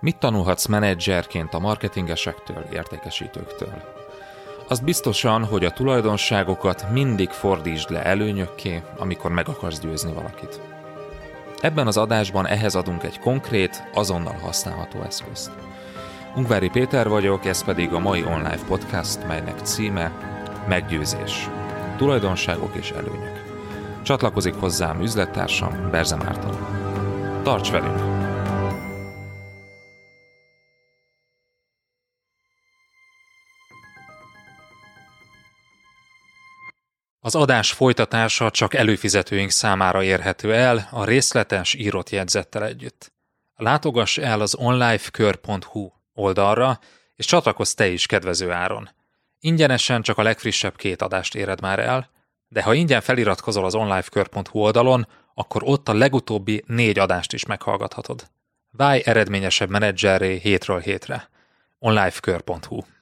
Mit tanulhatsz menedzserként a marketingesektől, értékesítőktől? Azt biztosan, hogy a tulajdonságokat mindig fordítsd le előnyökké, amikor meg akarsz győzni valakit. Ebben az adásban ehhez adunk egy konkrét, azonnal használható eszközt. Ungvári Péter vagyok, ez pedig a mai online podcast, melynek címe Meggyőzés. Tulajdonságok és előnyök. Csatlakozik hozzám üzlettársam, Berze Márton. Tarts velünk! Az adás folytatása csak előfizetőink számára érhető el a részletes írott jegyzettel együtt. Látogass el az onlifekör.hu oldalra, és csatlakozz te is kedvező áron. Ingyenesen csak a legfrissebb 2 adást éred már el, de ha ingyen feliratkozol az onlifekör.hu oldalon, akkor ott a legutóbbi 4 adást is meghallgathatod. Válj eredményesebb menedzserré hétről hétre. onlifekör.hu